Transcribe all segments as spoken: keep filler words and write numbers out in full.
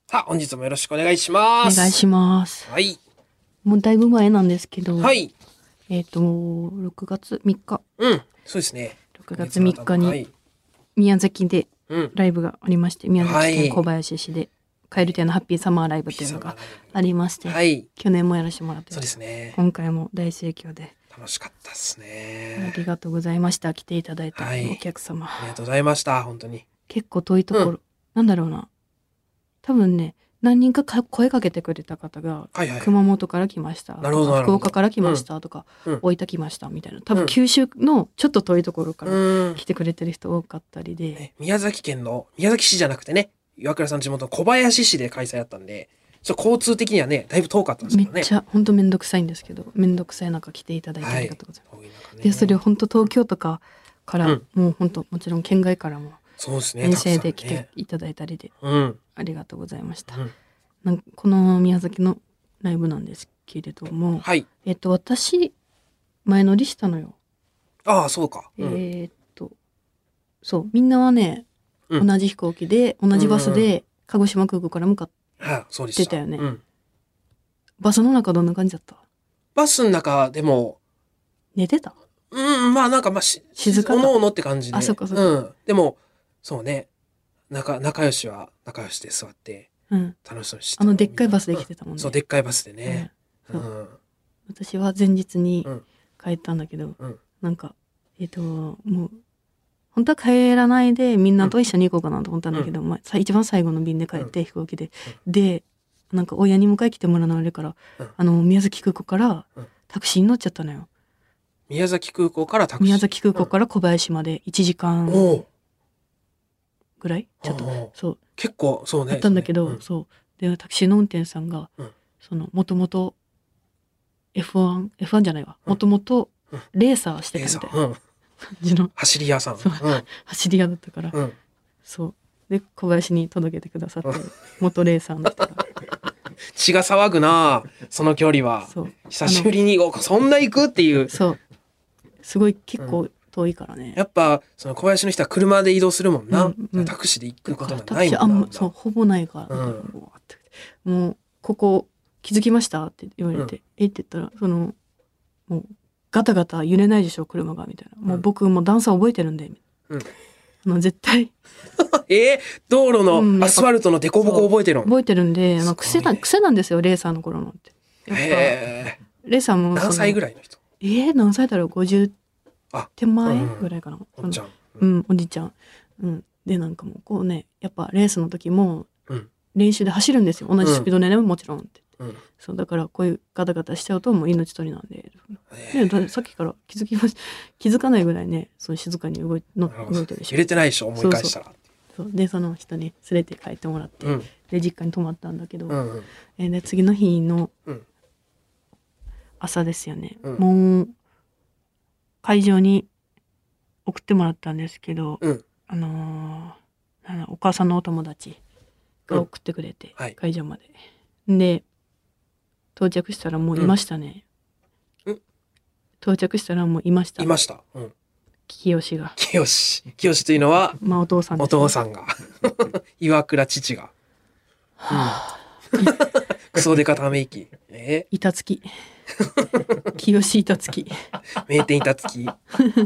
さあ、本日もよろしくお願いしおます。 願いします。 はい。 もうだいぶ前なんですけど、 はい。 えっ、と、ろくがつみっか、 うん。そうですね。 ろくがつみっかにはい。 宮崎でうん。 ライブがありまして、宮崎県小はい。 林市で、蛙亭のハッピーサマーライブというのがありまして、 はい。 去年もやらせてもらって、 そうですね。 今回も大盛況で、 楽しかったですあね。 りがとうございました。来ていただいたはいお客様。 ありがとうございました。本当に。 結構遠いところ、 うん、 なんだろうな。多分ね、何人かか声かけてくれた方が、 はいはい。 熊本から来ましたとか、 なるほどなるほど。 福岡から来ましたとか、 うん。 大分来ましたみたいな。多分うん九州のちょっと遠いところからうん。 来てくれてる人多かったりで。 ね、宮崎県の、宮崎市じゃなくてね、岩倉さんの地元の小林市で開催だったんで、ちょっと交通的にはね、だいぶ遠かったんですけどね。 めっちゃ、ほんとめんどくさいんですけど、めんどくさい中来ていただいてありがとうございます。 はい、遠い中ね。 で、それをほんと東京とかから、 うんもうほんともちろん県外からも、 そうですね。 遠征で来たくさんねていただいたりで、 うん。 ありがとうございました。 うん。 なんこの宮崎のライブなんですけれども、 はい。 えっと、私、前乗りしたのよ。 ああ、そうか。うん。 えーっと、そう、みんなはね、 うん同じ飛行機で、同じバスうんうんで、鹿児島空港から向かっはい、そうでした。 出たよねうん。 バスの中どんな感じだった？ バスの中でも、 寝てた？ うん、まあなんかまあし、 静かかおのおのって感じで。 あそっかそっかうん。でも、そうね。仲、仲良しは仲良しで座って、 うん。 楽しそうにしてたあのでっかいバスで来てたもんね。 うんそう、でっかいバスでね。 ううんん。 私は前日にうん。 帰ったんだけど、 うん。 なんか、えっと、もう、本当は帰らないでみんなと一緒に行こうかなと思ったんだけど、まあ、さ一番最後の便で帰って飛行機で。で、なんか親に迎え来てもらわれるから、 うんあの、宮崎空港からうんタクシーに乗っちゃったのよ。 宮崎空港からタクシー。 宮崎空港から小林までいちじかうんんおお。 ぐらいちょっと、 おうおうそう、 結構、そうね。 あったんだけど、 うんそう。で、タクシーの運転手さんが、 うんその、もともと エフワン、エフワン じゃないわ。 うんもともとうんレーサーしてえーさたみたいなうん。 感じの走り屋さん。 そううん。 走り屋だったから、 うん。 そう。で、小林に届けてくださってうん、 元レーサーの人が。 血が騒ぐなその距離は。 そう。 久しぶりに、おそんな行くっていう。 そう。すごい結構遠いからね。 やっぱ、その小林の人は車で移動するもんな。 うんうんタクシーで行くことなんタないもんな。 クシーあんま、そう、ほぼないから。 うんもうあってもう、ここ気づきましたって言われて、 うんえって言ったら、その、もう、ガタガタ揺れないでしょ、車が、みたいな。もう僕も段差覚えてるんで、 うん。 あの絶対えー、道路うんのアスファルトのデコボコ覚えてるの、 覚えてるんで、まあ、 すごいね癖な、癖なんですよ、レーサーの頃のって。やっぱ、 へレーサーもえ。何歳ぐらいらいの人えー、何歳だろう ?ごじゅうあ、 手前うんぐらいかな。 おっちゃん。 う。ん、おじちゃん。うん。で、なんかもう、こうね、やっぱレースの時も、 うん。 練習で走るんですよ。同じスピードでね、もちろんって。 うん。 そう、だからこういうガタガタしちゃうともう命取りなんで。 へね、ださっきから気づきまし気づかないぐらいね、そう静かに動いのなるほど動いてるでしょ。 揺れてないでしょ思い返したら。 そうで、その人に連れて帰ってもらって、 うん。 で、実家に泊まったんだけど、 うんうん。 えーで、次の日のうん朝ですよね。 うんもう、会場に送ってもらったんですけど、 うん。 あのーなんだお母さんのお友達が送ってくれて、 うんはい会場まで。で、到着したらもういましたね。 うん到着したらもういました。 いました。うん。 清が。 清し。清しというのは、 まあお父さんです、 お父さんが。岩倉父が。うん。クソデカため息。え板付き。清板付き。 ー、名店板付き。あ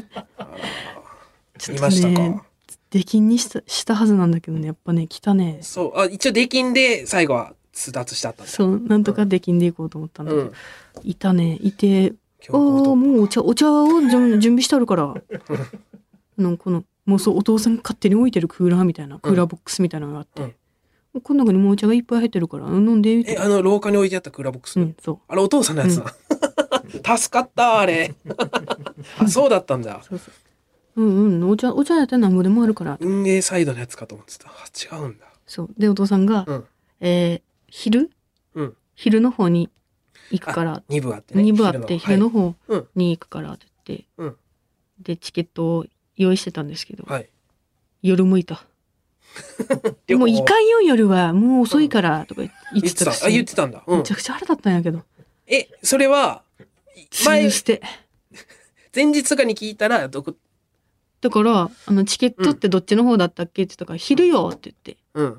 ちょっとね見ましたか出禁にしたしたはずなんだけどね、やっぱね、来たね。 そう。あ、一応出禁で最後は巣立つしてあったんだ。 そう、なんとか出禁で行こうと思ったんだけど、 うん。 いたね、いて、 強行突ああ、もうお茶、お茶を準準備してあるから。なんかこの、もうそう、お父さんが勝手に置いてるクーラーみたいな、クーラーボックスみたいなのがあって、 うんこの中にもうお茶がいっぱい入ってるから、飲んで、みたいえ、 な。 あの、廊下に置いてあったクーラーボックス。 うん、そう。 あれ、お父さんのやつだ。助かった、あれ。あ、そうだったんだ。 そうそう。うんうん、お茶、お茶やったらなんぼでもあるから。 運営サイドのやつかと思ってた。あ、違うんだ。 そう。で、お父さんが、 うん。 えー、昼うん。 昼の方に行くから、 に部あってね。 に部あって、昼の方。 方うん。 に行くからって言って、 うん。 で、チケットを用意してたんですけど、 はい。 夜向いた。もういかんよ、夜は。もう遅いから、とか言ってたし。 言ってた。あ、言ってたんだ。うんめち。ゃくちゃ腹立ったんやけど。 え、それは、 前前、 して。 前日とかに聞いたら、どこ、 だから、あの、チケットってどっちの方だったっけって言ったから、昼よって言って。 うん。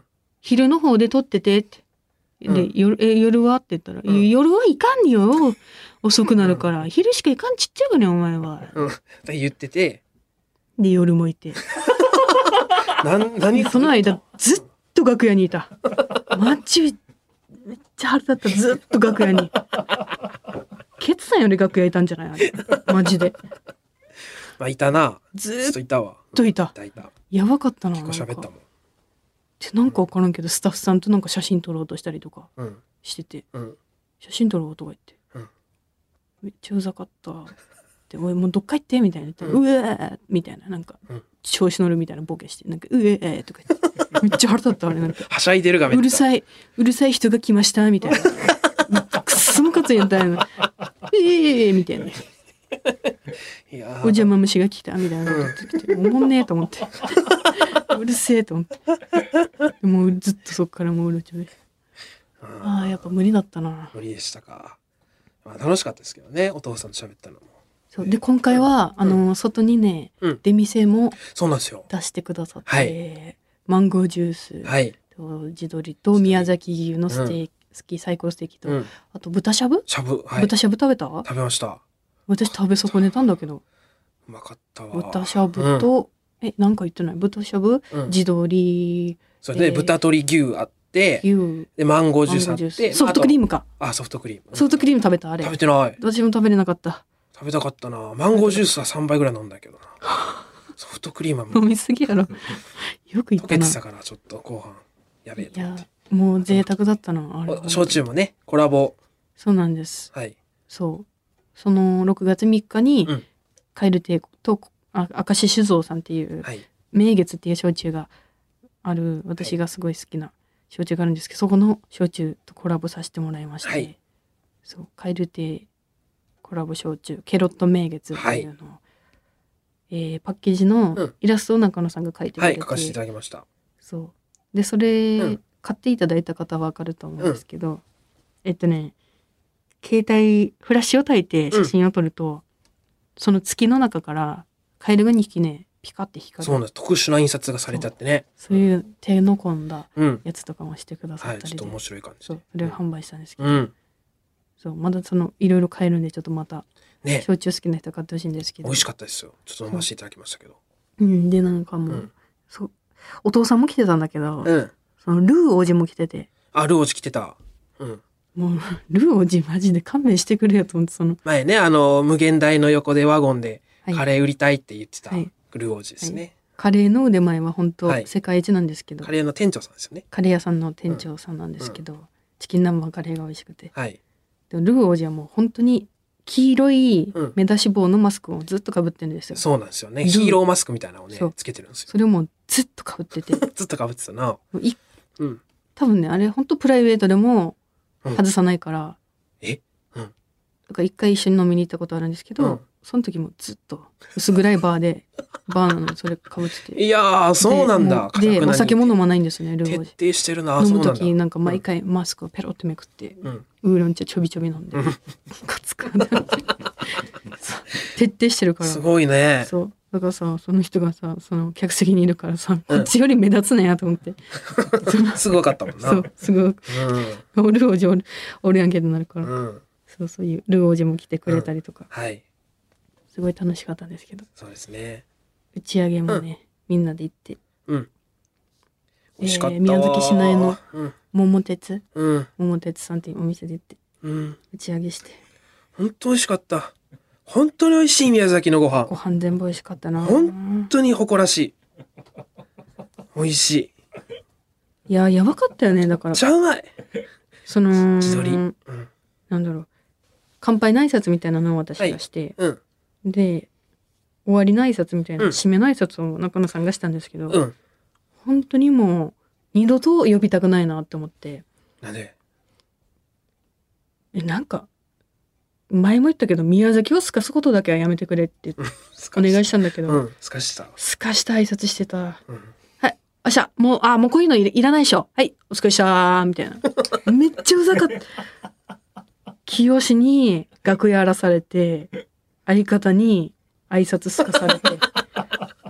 昼の方で撮っててって。で、 うん夜、え、夜はって言ったら、 うん夜はいかんよ。遅くなるから。昼しかいかんちっちゃいかね、お前は。 うん。って言ってて、 で、夜もいて。 なん、何その間、ずっと楽屋にいた。マジ、めっちゃ腹立った。ずっと楽屋に。ケツさんより楽屋いたんじゃないあれ。マジで。 まあ、いたな。 ずちょっとっいたわ。 といたい。たいた。 やばかったな。 結構なんか喋ったもん。 でなんかわからんけど、スタッフさんとなんか写真撮ろうとしたりとかうん。 してて、 うん。 写真撮ろうとか言って、 うんめっちゃうざかったっておいもうどっか行ってみたいな言って、 ううんえーみたいななんか、 うん調子乗るみたいなボケしてなんかうえーとか言ってめっちゃ腹立ったあれなんかはしゃいでるがめっちゃ。 うるさいうるさい人が来ましたみたいなくっそムカついたよええーみたいな、 いやーお邪魔虫が来たみたいなこと言ってきて、おもんねえと思ってうるせえと思ってでもうずっとそっからもううろちょで、ああやっぱ無理だったな。 無理でしたか。まあ、楽しかったですけどね、お父さんと喋ったのも。 そうで今回はあの外にね、 うん出店もそうなんですよ。 出してくださって、 はいマンゴージュースはい。 と地鶏と宮崎牛のステーキ、スキーサイコロステーキと、 うん。 あと豚しゃぶ、 しゃぶ、はい。 豚しゃぶ食べた食べました。 私食べ損ねたんだけどうまかったわ。 豚しゃぶと、えなんか言ってない豚しゃぶ、 うん、うん、 地鶏それで、 えー豚鶏牛あって、 牛で、マンゴージュースあマンゴージューって、 スソフトクリーム。 ムか、 あ、ソフトクリーム。 ソフトクリーム食べたあれ食べてない。 私も食べれなかった。 食べたかったな。マンゴージュースはさんばいぐらい飲んだけどな。ソフトクリームはもう飲みすぎやろよく言っ溶たな。 けてたから、ちょっと後半、やべえいやと思って。 もう贅沢だったなあれは。 お焼酎もね、コラボ。 そうなんです。 はい。 そうそのろくがつみっかに、 うんカエル亭とあ明石酒造さんっていう、 はい。 名月っていう焼酎がある私がすごい好きな焼酎があるんですけど、そこの焼酎とコラボさせてもらいまして、 はいそうカエル亭コラボ焼酎ケロット名月っていうのを、えーパッケージのうんイラストを中野さんが描いてくはい、 れて、 書かせていただきました。 そうでそれ、 うん買っていただいた方はわかると思うんですけど、えっとね携帯フラッシュを焚いて写真を撮ると、その月の中からカエルがにひきねピカって光る、 そうなんです。特殊な印刷がされてあってね。 そういう手の込んだうん。 やつとかもしてくださはい、 ったりで、 ちょっと面白い感じで。 そうそれを販売したんですけど、 うん。 そうまだそのいろいろ買えるんでちょっとまたね、 焼酎好きな人は買ってほしいんですけど、 美味しかったですよ。ちょっと飲ませていただきましたけど。 うんでなんかもう、 うん。 そうお父さんも来てたんだけど、 うん。 そのルー王子も来てて、 あ、ルーオジ来てた。うん。 もうルー王子マジで勘弁してくれよと思ってその、 前ね、あの、無限大の横でワゴンではいカレー売りたいって言ってたはいルーオジですね。 カレーの腕前は本当、 はい世界一なんですけど、 カレーの店長さんですよね。 カレー屋さんの店長さんなんですけど、チキン南蛮カレーが美味しくて、 はい。 でもルー王子はもう本当に黄色いうん目出し帽のマスクをずっとかぶってるんですよ、 そうなんですよね。 ルーヒーローマスクみたいなのをねそう、 つけてるんですよ。 それをもうずっとかぶっててずっと被ってたな。 いうん。 多分ねあれ本当プライベートでもうん外さないから、 えうん。 だから一回一緒に飲みに行ったことあるんですけど、 うんその時もずっと薄暗いバーでバーなのにそれかぶってていやー、そうなんだ。 でもうでお酒も飲まないんですよねル徹ー王子底してるな。 飲そうなんだ。 む時なんか毎回マスクをペロってめくって、 うん。 ウーロン茶ちょびちょび飲んでカツカツそう徹底してるからすごいね。 そうだからさその人がさその客席にいるからさ、こっちより目立つねやと思ってすごかったもんな。 そうすごくうん。 ルー王子おるおるやんけってなるから、 うん。 そうそういうルー王子も来てくれたりとか、 はい。 すごい楽しかったんですけどそうですね。 打ち上げもね、みんなで行ってうん。美味しかったわ。 えー宮崎市内のうん。 桃鉄うん。 桃鉄さんっていうお店で行ってうん。 打ち上げして本当美味しかった。本当に美味しい宮崎のご飯。 ご飯全部美味しかったな。 ほ本当に誇らしい。美味しい。 いややばかったよねだからめっちゃうまい。 その地鶏。うん。 なんだろう乾杯の挨拶みたいなのを私がして、 うん。 で終わりの挨拶みたいな、 うん締めの挨拶を中野さんがしたんですけど、 うん。 本当にもう二度と呼びたくないなって思ってなんでえなんか前も言ったけど宮崎をすかすことだけはやめてくれってお願いしたんだけど、 うん。すかした。 すかした挨拶してた。 うん。 はいあっしゃもうあもうこういうのいらいらないでしょはいお疲れっしたーみたいなめっちゃうざかった清に楽屋荒らされて相方に挨拶すかされて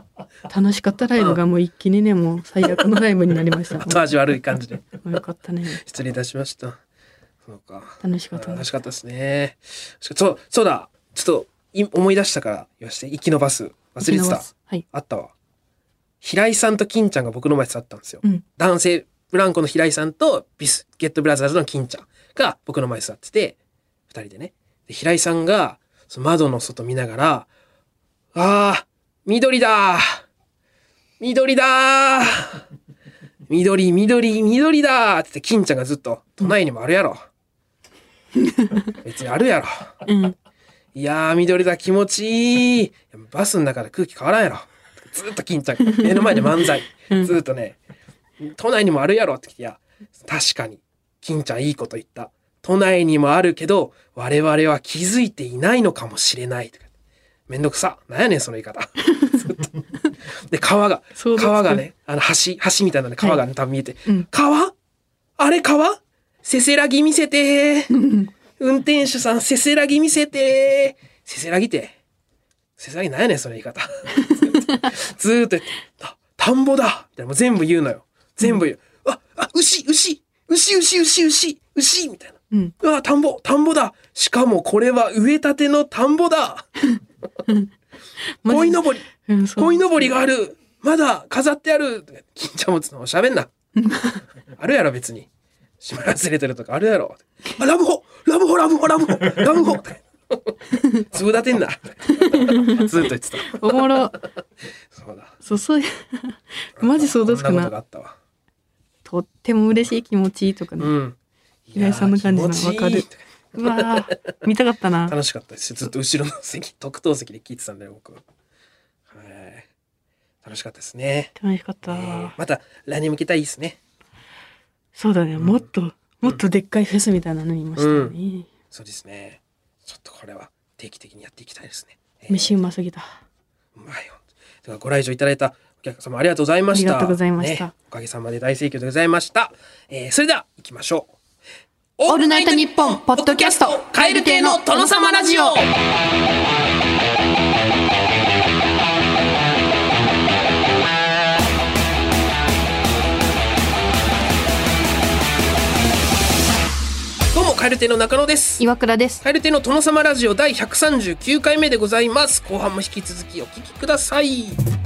楽しかったライブがもう一気にね、もう最悪のライブになりました。 後味悪い感じで。 よかったね。 失礼いたしました。そうか。 楽しかったね。 楽しかったですね。そう、そうだ。ちょっとい思い出したから言わして。行きのバス。忘れてた。 はい。 あったわ。平井さんと金ちゃんが僕の前で座ったんですよ。 うん、 男性ブランコの平井さんとビスケットブラザーズの金ちゃんが僕の前で座ってて、二人でね。で平井さんがその窓の外見ながら、あー、緑だー緑だー緑、緑、緑だーって言って金ちゃんがずっと、都内にもあるやろ。別にあるやろ。 うん、 いやー、緑だ、気持ちいい。バスの中で空気変わらんやろ。ずっと金ちゃんが目の前で漫才。ずっとね、都内にもあるやろって言って、いや、確かに、金ちゃんいいこと言った。都内にもあるけど、我々は気づいていないのかもしれない。めんどくさ。なんやねん、その言い方。で、川が、川がね、あの、橋、橋みたいなね、川がね、はい、多分見えて、うん、川あれ川せせらぎ見せて運転手さん、せせらぎ見せてせせらぎって。せせらぎなんやねん、その言い方。ずーっと言って、田んぼだみたいな、もう全部言うのよ。全部言う。うん、あ、あ、牛、牛、牛、牛、牛、牛、牛みたいな。うん、うわ、田んぼ、田んぼだ。しかもこれは植えたての田んぼだ。鯉のぼり、鯉のぼりがある。まだ飾ってある。金ちゃんもつの喋んな。あるやろ別に。しまい忘れてるとかあるやろ。あ、ラブホ、ラブホ、ラブホ、ラブホ、ラブホ。つぶ立てんな。ずっと言ってた。 おもろ。 そうだ。 そうそういう。マジ想像つくな。とっても嬉しい気持ちいいとかね。うん。平井さんの感じのわかる。うわ見たかったな。 楽しかったです。ずっと後ろの席、特等席で聞いてたんだよ、僕は。はい。楽しかったですね。 楽しかった。えー、また来年向けたらいいですね。 そうだね。うん、もっと、もっとでっかいフェスみたいなのにもしたね、うん。 そうですね。ちょっとこれは定期的にやっていきたいですね。 えー、飯うますぎた。 うまいよ。ではご来場いただいたお客様ありがとうございました。 ありがとうございました。 ね、おかげさまで大盛況でございました。えー、それでは行きましょう。 オールナイトニッポンポッドキャスト蛙亭の殿様ラジオ。 どうも蛙亭の中野です。 岩倉です。 蛙亭の殿様ラジオ第ひゃくさんじゅうきゅうかいめでございます。後半も引き続きお聞きください。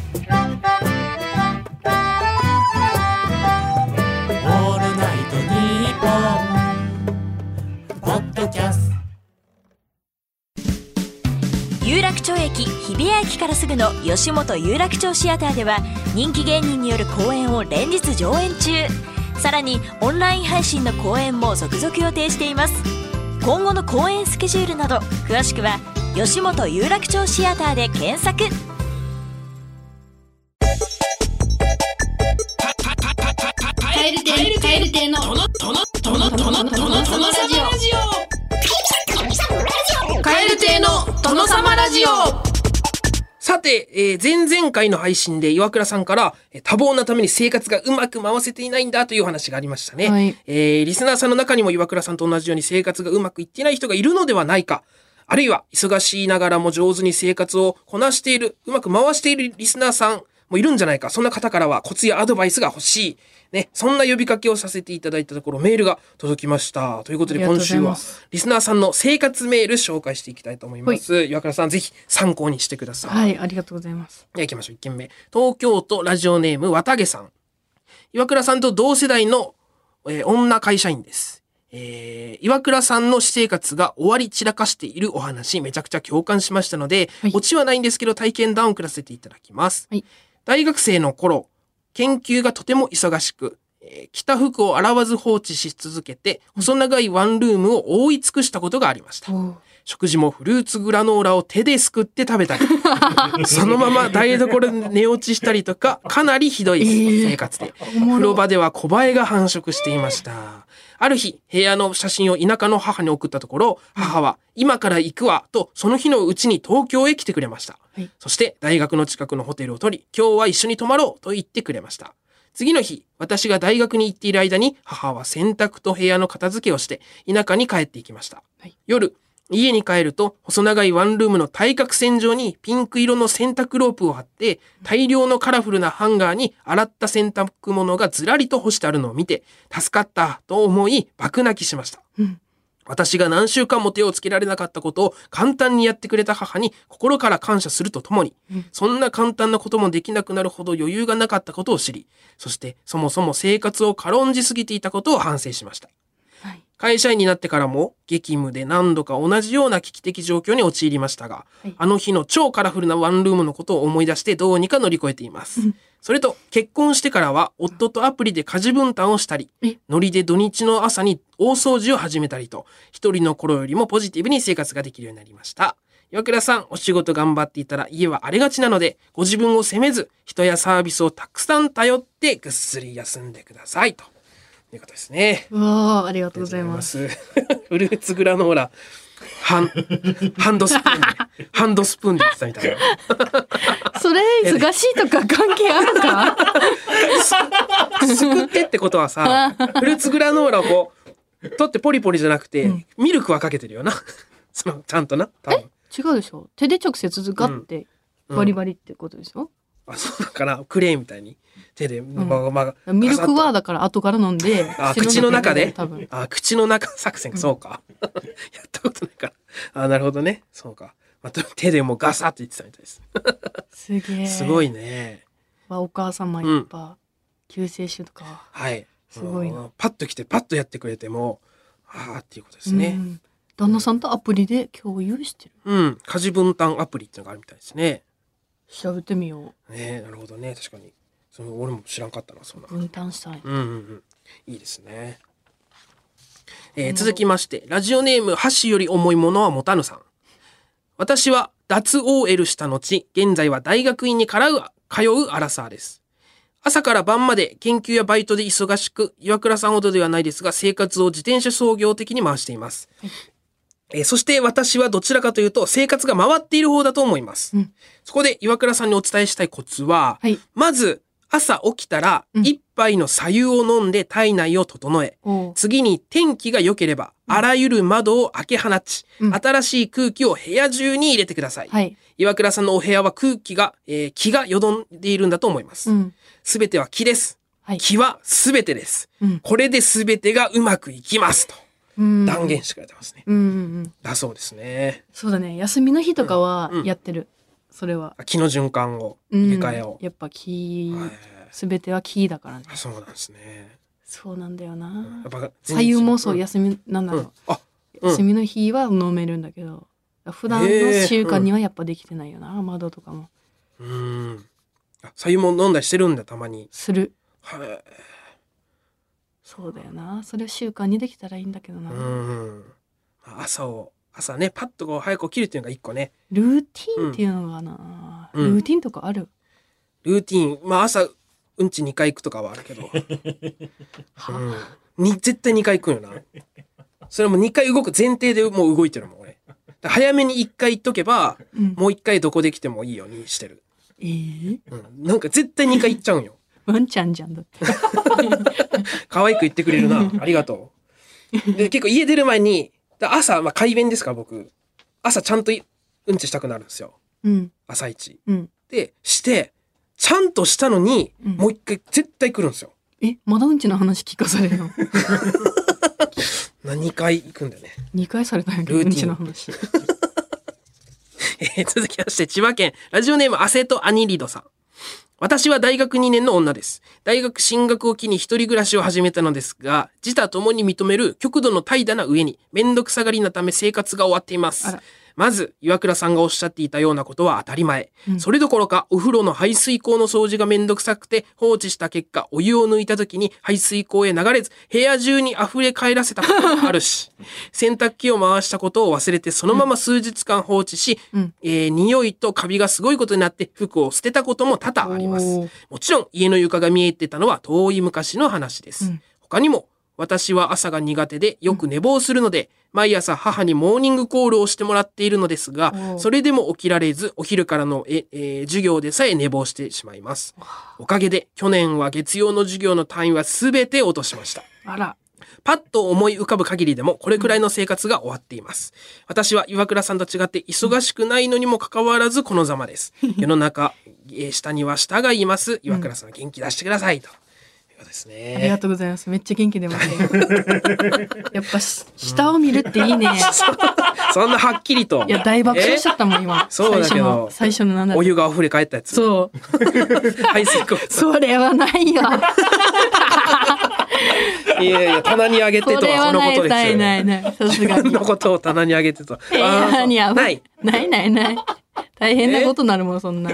有楽町駅日比谷駅からすぐの吉本有楽町シアターでは人気芸人による公演を連日上演中。さらにオンライン配信の公演も続々予定しています。今後の公演スケジュールなど詳しくは吉本有楽町シアターで検索。 蛙亭の殿様ラジオ。蛙亭の殿様ラジオ。 さて、えー、前々回の配信で岩倉さんから多忙なために生活がうまく回せていないんだという話がありましたね、はい。えー、リスナーさんの中にも岩倉さんと同じように生活がうまくいっていない人がいるのではないか、あるいは忙しいながらも上手に生活をこなしている、うまく回しているリスナーさんもいるんじゃないか。そんな方からはコツやアドバイスが欲しい。ね、そんな呼びかけをさせていただいたところメールが届きました。ということで今週はリスナーさんの生活メール紹介していきたいと思います。岩倉さんぜひ参考にしてください。 はい、ありがとうございます。 では行きましょう。いっけんめ。東京都ラジオネーム綿毛さん。岩倉さんと同世代の、えー、女会社員です。えー、岩倉さんの私生活が終わり散らかしているお話めちゃくちゃ共感しましたので、はい、オチはないんですけど体験談を送らせていただきます。はい、大学生の頃、研究がとても忙しく、えー、着た服を洗わず放置し続けて、細長いワンルームを覆い尽くしたことがありました。食事もフルーツグラノーラを手ですくって食べたり、そのまま台所で寝落ちしたりとか、かなりひどい生活で、えー、風呂場では小バエが繁殖していました。ある日、部屋の写真を田舎の母に送ったところ、母は今から行くわとその日のうちに東京へ来てくれました。はい、そして大学の近くのホテルを取り、今日は一緒に泊まろうと言ってくれました。次の日、私が大学に行っている間に母は洗濯と部屋の片付けをして田舎に帰っていきました。はい、夜、 家に帰ると細長いワンルームの対角線上にピンク色の洗濯ロープを貼って大量のカラフルなハンガーに洗った洗濯物がずらりと干してあるのを見て助かったと思い爆泣きしました。 うん私が何週間も手をつけられなかったことを簡単にやってくれた母に心から感謝するとともに、 うんそんな簡単なこともできなくなるほど余裕がなかったことを知り、そしてそもそも生活を軽んじすぎていたことを反省しました。 はい会社員になってからも激務で何度か同じような危機的状況に陥りましたが、 はいあの日の超カラフルなワンルームのことを思い出してどうにか乗り越えています。それと結婚してからは夫とアプリで家事分担をしたり、 えノリで土日の朝に大掃除を始めたりと、一人の頃よりもポジティブに生活ができるようになりました。岩倉さん、お仕事頑張っていたら家は荒れがちなので、ご自分を責めず、人やサービスをたくさん頼ってぐっすり休んでくださいということですね。 うわーありがとうございます。 ありがとうございます。フルーツグラノーラ、ハン、ハンドスプーンで、ハンドスプーンで言ってたみたいな。 それ忙しいとか関係あるか？ すくってってことはさ、フルーツグラノーラをこう、取ってポリポリじゃなくて、 うんミルクはかけてるよな。その、ちゃんとな。多分違うでしょ。手で直接ガッてうんバリバリってことでしょ。 あ、そうだから、クレーンみたいに手で、まあまあ、 ミルクはガだから後から飲んで、 あ口の中で多分。 あ、口の中作戦、そうか。やったことないから。あ、なるほどね。そうか。また手でもうガサッと言ってたみたいです。 すげえ。 すごいね。 わお母様やっぱ救世主とか。 はい。 すごいなうんパッと来て、パッとやってくれても、ああっていうことですね。 うん旦那さんとアプリで共有してる。 うん。家事分担アプリっていうのがあるみたいですね。 調べてみよねえ、なるほどね。確かに。その俺も知らんかったな、そんなう。。分担したい。 うんうんうん。いいですね。えー続きまして、ラジオネーム、箸より重いものは持たぬさん。私は脱 オーエル した後、現在は大学院に通う、通うアラサーです。朝から晩まで研究やバイトで忙しく、岩倉さんほどではないですが、生活を自転車操業的に回しています。 はいえーそして私はどちらかというと、生活が回っている方だと思います。 うんそこで岩倉さんにお伝えしたいコツは、 はい。 まず、朝起きたら、 うん一杯の白湯を飲んで体内を整え、 おう次に天気が良ければ、あらゆる窓を開け放ち、 うん新しい空気を部屋中に入れてください。 はい。 岩倉さんのお部屋は空気が、えー気がよどんでいるんだと思います。 うん。 すべては気です。 はい。 気はすべてです。 うん。 これで全てがうまくいきますとうん断言してくれてますね。 うんうんうん。 だそうですね。 そうだね。休みの日とかはうんうんやってる。それは。 気の循環をうん入れ替えを。 やっぱキーはい、 すべてはキーだからね。 そうなんですね。 そうなんだよやなっ。ぱ左右もそう、 ん休み、なんだろう。 うんあ、うん休みの日は飲めるんだけど、普段の習慣にはやっぱできてないよな、窓とかも。 うーん。あ、白湯も飲んだりしてるんだ、たまに。 する。 はい。 そうだよな。それを習慣にできたらいいんだけどな。 うーん。朝を、朝ね、パッとこう早く起きるっていうのが一個ね。 ルーティンっていうのがな、 うんルーティンとかある。 ルーティン、まあ朝、うんちにかい行くとかはあるけど。うん。に、絶対にかい行くんよな。それもにかい動く前提でもう動いてるもん、俺。だから早めにいっかい行っとけば、 うん。 もういっかいどこで来てもいいようにしてる。 えー、 うん。なんか絶対にかい行っちゃうんよ。 ワンちゃんじゃんだって。 可愛く言ってくれるな。ありがとう。で、結構家出る前に、だ朝、まあ快便ですから僕。朝ちゃんというんちしたくなるんですよ。 うん。 朝一。 うん。 で、して、ちゃんとしたのに、 うんもう一回絶対来るんですよ。 え、まだうんちの話聞かされるの？ 何回行くんだよね。 にかいされたんやけど、 ルーティンうんちの話。 えー続きまして、千葉県、ラジオネーム、アセトアニリドさん。私は大学にねんの女です。大学進学を機に一人暮らしを始めたのですが、自他ともに認める極度の怠惰な上に、めんどくさがりなため生活が終わっていますあら。 まず、岩倉さんがおっしゃっていたようなことは当たり前。 うんそれどころか、お風呂の排水口の掃除がめんどくさくて放置した結果、お湯を抜いた時に排水口へ流れず、部屋中に溢れ返らせたこともあるし、洗濯機を回したことを忘れてそのまま数日間放置し、 うん。 えー匂いとカビがすごいことになって服を捨てたことも多々あります。 おーもちろん家の床が見えてたのは遠い昔の話です。 うん他にも私は朝が苦手でよく寝坊するので、毎朝母にモーニングコールをしてもらっているのですが、 おうそれでも起きられずお昼からのえ、えー授業でさえ寝坊してしまいます。おかげで去年は月曜の授業の単位は全て落としました。 あら。 パッと思い浮かぶ限りでもこれくらいの生活が終わっています。私は岩倉さんと違って忙しくないのにもかかわらずこのざまです。世の中、えー下には下がいます。岩倉さん元気出してくださいと。いうことですね。 ありがとうございます。めっちゃ元気出ますね。やっぱし下を見るっていいね。 そんなはっきりと。 いや大爆笑しちゃったもん今。 そうだけど最初の最初のなんだろうお湯が溢れ返ったやつ。 そう排水口。 それはないよ。 いやいや棚に上げてとそれはこのはないことですよ。 ないないない。さす自がに。 分のことを棚に上げてとは。 いやいやない。 ないないない。大変なことなるもんそんな。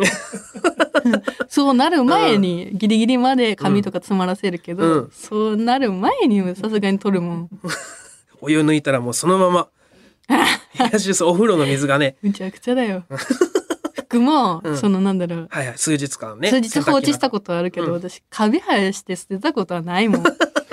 そうなる前にギリギリまで髪とか詰まらせるけど、 うんそうなる前にさすがに取るもん。 お湯抜いたらもうそのまま。東ですお風呂の水がね。 むちゃくちゃだよ。服も、 うんそのなんだろう。 はいはい数日間ね。 数日放置したと。 ことあるけど、 うん私カビ生やして捨てたことはないもん。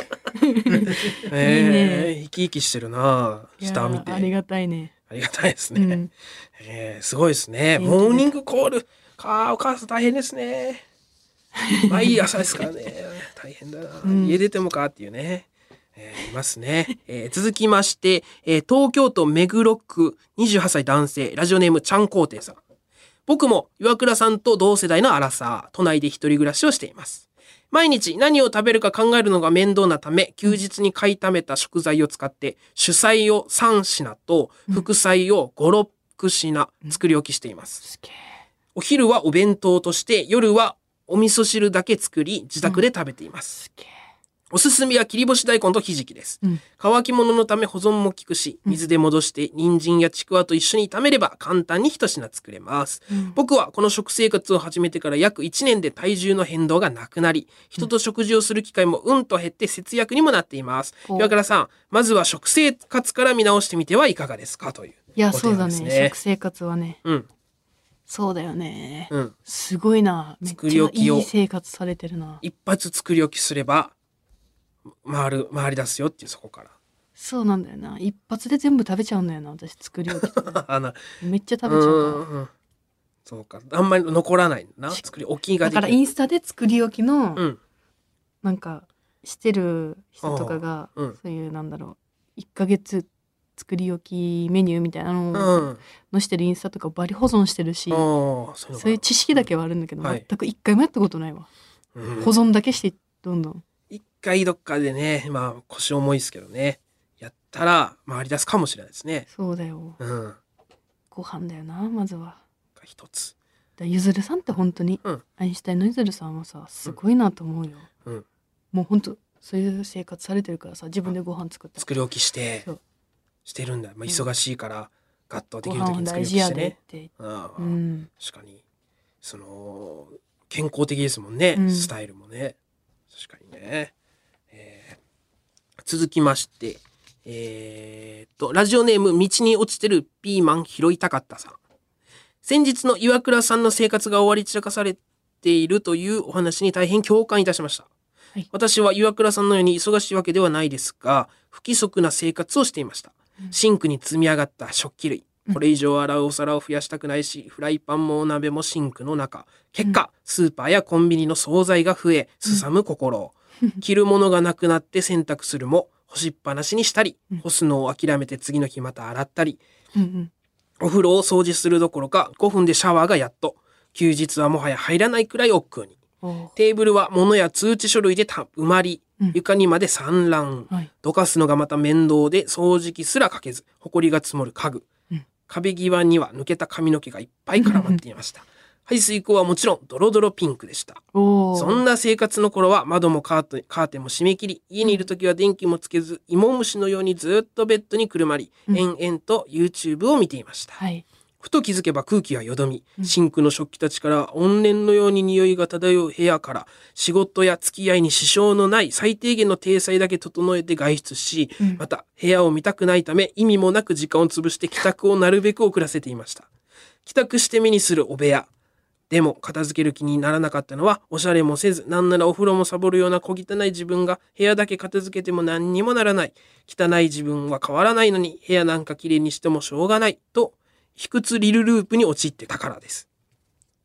ええ生き生きしてるな。 いや下を見て。 ありがたいね。 ありがたいですね。 うん、 えー、すごいですね。 元気ですモーニングコール。かあ、お母さん大変ですね。毎朝ですからね。大変だな。 うん家出てもかっていうね。えーいますね。えー続きまして、えー東京都目黒区にじゅうはっさい男性、ラジオネームちゃんこうていさん。僕も岩倉さんと同世代のアラサー、都内で一人暮らしをしています。毎日何を食べるか考えるのが面倒なため、休日に買いためた食材を使って、主菜をさん品と副菜をご、ろく品作り置きしています。 すげえ。 お昼はお弁当として、夜はお味噌汁だけ作り、自宅で食べています。 すげえ。 おすすめは切り干し大根とひじきです。 うん乾き物のため保存も効くし、水で戻して人参やちくわと一緒に炒めれば簡単に一品作れます。 うん僕はこの食生活を始めてから約いちねんで体重の変動がなくなり、人と食事をする機会もうんと減って節約にもなっています。 お岩倉さん、まずは食生活から見直してみてはいかがですかという。 いやごそうだね提案ですね食生活はねうん。 そうだよね、 うん。 すごいなめっ作りちゃ置きをいい生活されてるな。 一発作り置きすれば、回る、回り出すよっていうそこから。 そうなんだよな一発で全部食べちゃうんだよな私作り置きあの、 めっちゃ食べちゃううんうんそうか。あんまり残らないな。作り置きができる。 だからインスタで作り置きの、 うん。 なんかしてる人とかが、 ああうんそういうなんだろういっかげつ作り置きメニューみたいなのうん。 のしてるインスタとかバリ保存してるし、 ああ、そういうのそういう知識だけはあるんだけど、 はい全く一回もやったことないわ、 うん保存だけしてどんどん一回どっかでね、まあ腰重いですけどね。やったら回り出すかもしれないですね。 そうだようん。 ご飯だよなまずは。 一つ。 だゆずるさんって本当に、 うんアインシュタインのゆずるさんはさすごいなと思うよ、 うん。 もう本当そういう生活されてるからさ自分でご飯作ったり作り置きしてそう、 してるんだ。まあ忙しいから、ガッとでごきる時飯はに作り置き大事やでっしてね。 て、 ああうん、 確かに。その、健康的ですもんね。 うんスタイルもね。確かにね。えー続きまして、えーっと、ラジオネーム、道に落ちてるピーマン拾いたかったさん。先日の岩倉さんの生活が終わり散らかされているというお話に大変共感いたしました。 はい私は岩倉さんのように忙しいわけではないですが、不規則な生活をしていました。シンクに積み上がった食器類。これ以上洗うお皿を増やしたくないし、フライパンもお鍋もシンクの中。結果、スーパーやコンビニの惣菜が増え、すさむ心を。着るものがなくなって洗濯するも、干しっぱなしにしたり、干すのを諦めて次の日また洗ったり、 うんうんお風呂を掃除するどころかごふんでシャワーがやっと。休日はもはや入らないくらい億劫に。 おうテーブルは物や通知書類でた埋まり、 うん床にまで散乱。 はいどかすのがまた面倒で掃除機すらかけず、埃が積もる家具。 うん壁際には抜けた髪の毛がいっぱい絡まっていました。排水口はもちろんドロドロピンクでした。 おうそんな生活の頃は窓もカーテンカーテンも閉め切り、家にいる時は電気もつけず、芋虫のようにずっとベッドにくるまり、 うん延々と YouTube を見ていました。 はいふと気づけば空気はよどみ、シンクの食器たちから怨念のように匂いが漂う部屋から、仕事や付き合いに支障のない最低限の体裁だけ整えて外出し、 うんまた部屋を見たくないため意味もなく時間を潰して帰宅をなるべく遅らせていました。帰宅して目にするお部屋。でも片付ける気にならなかったのは、おしゃれもせず、なんならお風呂もサボるような小汚い自分が部屋だけ片付けても何にもならない。汚い自分は変わらないのに、部屋なんかきれいにしてもしょうがない。と、卑屈リルループに陥ってたからです。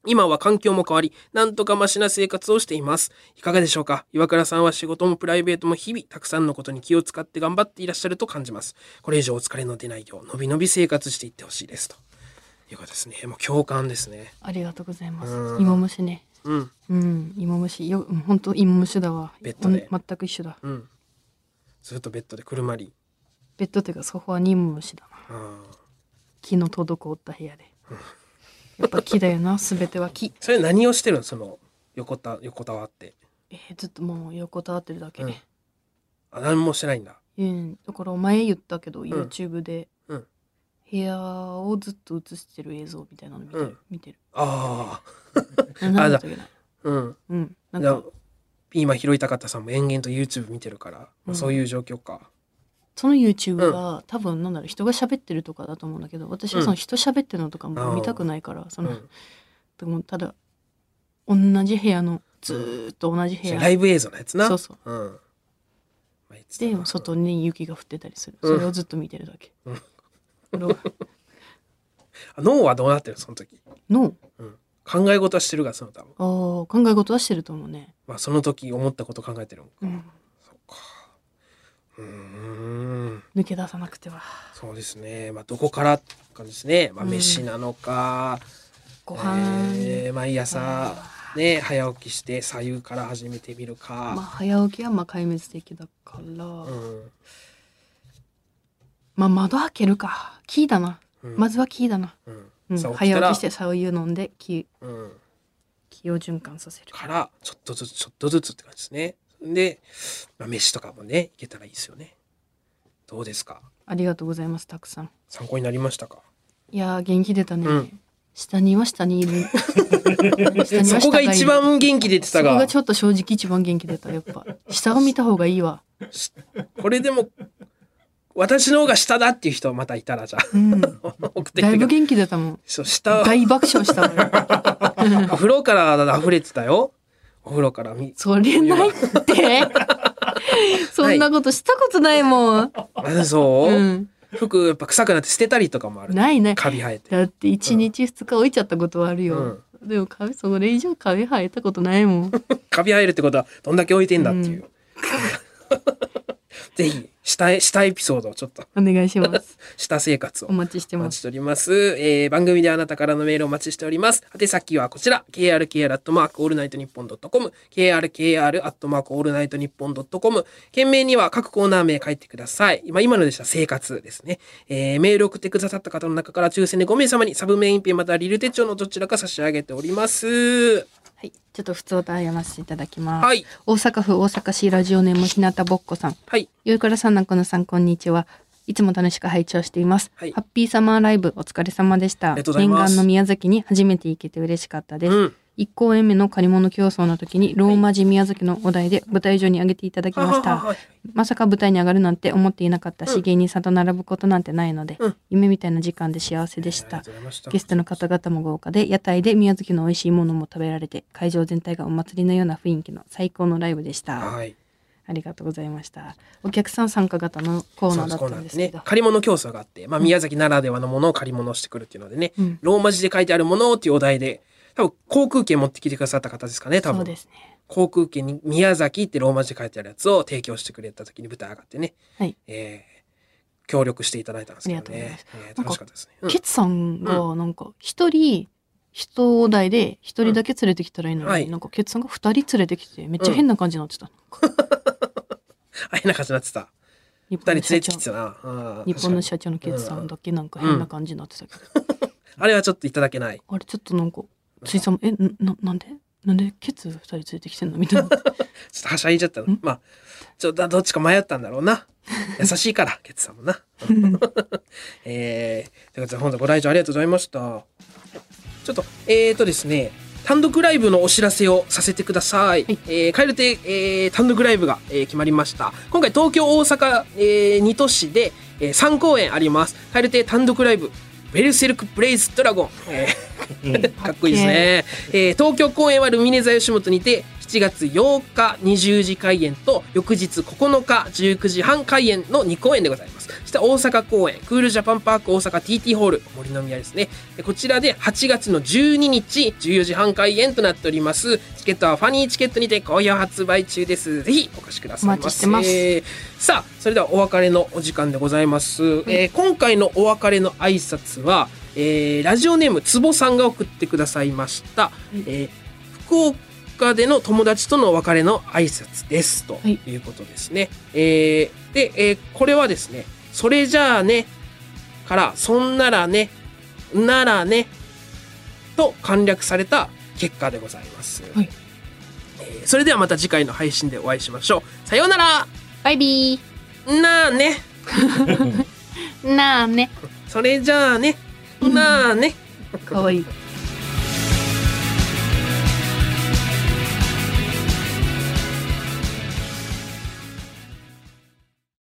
今は環境も変わり、なんとかマシな生活をしています。いかがでしょうか。岩倉さんは仕事もプライベートも日々たくさんのことに気を使って頑張っていらっしゃると感じます。これ以上お疲れの出ないよう、のびのび生活していってほしいですということですね。もう共感ですね。 ありがとうございます。 うん芋虫ね。 うん。 うん、芋虫よ、本当芋虫だわ。 ベッドでうん全く一緒だ。 うん。ずっとベッドでくるまり。 ベッドというかソファーに芋虫だな。 あ木の滞った部屋で。やっぱ木だよな、すべては木。 それ何をしてるの、その横た横たわって。 えー、ずっともう横たわってるだけ。 うんあ、何もしてないんだ。 うん、だから前言ったけど、YouTube でうん部屋をずっと映してる映像みたいなの見てる、 うん見てる。 ああ、なんだったっけな。 あ。うん。 うん、なんじゃあか今広い高田さんも延々と YouTube 見てるから、まあ、 うんそういう状況か。 その YouTube が、多分なんだろう、人が喋ってるとかだと思うんだけど、私はその人喋ってるのとかも見たくないから、その、 うんでもただ同じ部屋のずーっと同じ部屋、 ライブ映像のやつな。 そうそう。 うん。まあ言ってたなで外に雪が降ってたりする。 うんそれをずっと見てるだけ。 うんこれをあ脳はどうなってるその時。 の考え事はしてるがその多分。 あー考え事はしてると思うね。 まあその時思ったこと考えてるのか。 うん、 そうか。うーん。 抜け出さなくては。 そうですね。まあどこからって感じですね。まあうん飯なのか、 ご飯、 えー毎朝あね早起きして左右から始めてみるか。 まあ早起きはまあ壊滅的だから、 うんまあ窓開けるか。キーだな。 うんまずはキーだな。 うんうん、 さ起きたら早起きして左右飲んで気うん気を循環させる。 からちょっとずつちょっとずつって感じですね。で、まあ、飯とかもねいけたらいいですよね。どうですか。 ありがとうございます、たくさん。 参考になりましたか。 いやー元気出たね。 うん下には下にいる。下にそこがは下いる一番元気出てたがそこがちょっと正直一番元気出た。やっぱ下を見た方がいいわ。 これでも私の方が下だっていう人またいたらじゃあうん、 送ってだいぶきてください。 元気出たもん。 そう下大爆笑したわよ。 お風呂から溢れてたよ。お風呂からみそれないって。そんなことしたことないもん。 あそう、 うん、 服やっぱ臭くなって捨てたりとかもある。 ないない。 カビ生えて。 だって一日二日置いちゃったことはあるよ。でもカビそれ以上カビ生えたことないもん。 カビ生えるってことはどんだけ置いてんだっていう。ぜひ下へ下エピソードをちょっとお願いします。 下生活をお待ちしてます。 お待ちしております、えー、番組であなたからのメールをお待ちしております。宛先はこちら ケーアールケーアール アットマークオールナイトニッポンドットコム ケーアールケーアール アットマークオールナイトニッポンドットコム。件名には各コーナー名書いてください。今今のでしたら生活ですね、えー、メールを送ってくださった方の中から抽選でご名様にサブメインペンまたはリル手帳のどちらか差し上げております。 はい、ちょっと普通歌読ませていただきます。 はい大阪府大阪市ラジオネームひなたぼっこさん。 はいゆうからさんなこのさんこんにちは。いつも楽しく拝聴しています。 はいハッピーサマーライブお疲れ様でした。 ありがとうございます念願の宮崎に初めて行けて嬉しかったです。 うんいっ公演目の借り物競争の時にローマ字宮崎のお題で舞台上に上げていただきました。 はいまさか舞台に上がるなんて思っていなかったし、 うん芸人さんと並ぶことなんてないので、 うん夢みたいな時間で幸せでしたありがとう。ございましたゲストの方々も豪華で、屋台で宮崎の美味しいものも食べられて、会場全体がお祭りのような雰囲気の最高のライブでした。 はいありがとうございました。お客さん参加型のコーナーだったんですけど。 ね、借り物競争があって、まあ、宮崎ならではのものを借り物してくるっていうのでね、 うんローマ字で書いてあるものっていうお題で、多分航空券持ってきてくださった方ですかね、多分。 そうですね。 航空券に宮崎ってローマ字で書いてあるやつを提供してくれた時に舞台上がってね、 はい。 えー、協力していただいたんですけどありがとうございまねす。 えー楽しかったですね。うんケツさんがなんか一人、一お題で一人だけ連れてきたらいいのに、 うんはいなんかケツさんが二人連れてきてめっちゃ変な感じになってた。 あ、変な感じになってた。 日二人連れ本の社長てきてたな。うん日本の社確長のケツさんだけなんか変な感じになってたけど、 かにあれはちょっといただけない。 あれちょっとなんかついさんもえななんでなんでケツ二人連れてきてんのみたいな。 ちょっとはしゃいじゃったのん。 まあ、ちょっとどっちか迷ったんだろうな。優しいから、ケツさんもな。えー、ということで本日ご来場ありがとうございました。ちょっと、えーとですね、単独ライブのお知らせをさせてください。 はいえー、蛙亭、えー、単独ライブが、えー決まりました。今回東京、大阪、えー、に都市で、えー、さん公演あります。蛙亭単独ライブ、ベルセルク・ブレイズ・ドラゴン。えーかっこいいですね。えー東京公演はルミネ座吉本にてしちがつようかにじゅうじ開演と翌日ここのかじゅうくじはん開演のに公演でございます。下した大阪公演クールジャパンパーク大阪 ティーティー ホール森の宮ですね。でこちらではちがつのじゅうににちじゅうよじはん開演となっております。チケットはファニーチケットにて好評発売中です。ぜひお越しくださいませ。 お待ちしてます。 さあそれではお別れのお時間でございます、うんえー、今回のお別れの挨拶は、えー、ラジオネームつぼさんが送ってくださいました、うんえー、福岡での友達とのお別れの挨拶ですということですね、はいえー、で、えー、これはですねそれじゃあねからそんならねならねと簡略された結果でございます、はいえー、それではまた次回の配信でお会いしましょう。さようなら。 バイビーなあねなあねそれじゃあねなあねかわいい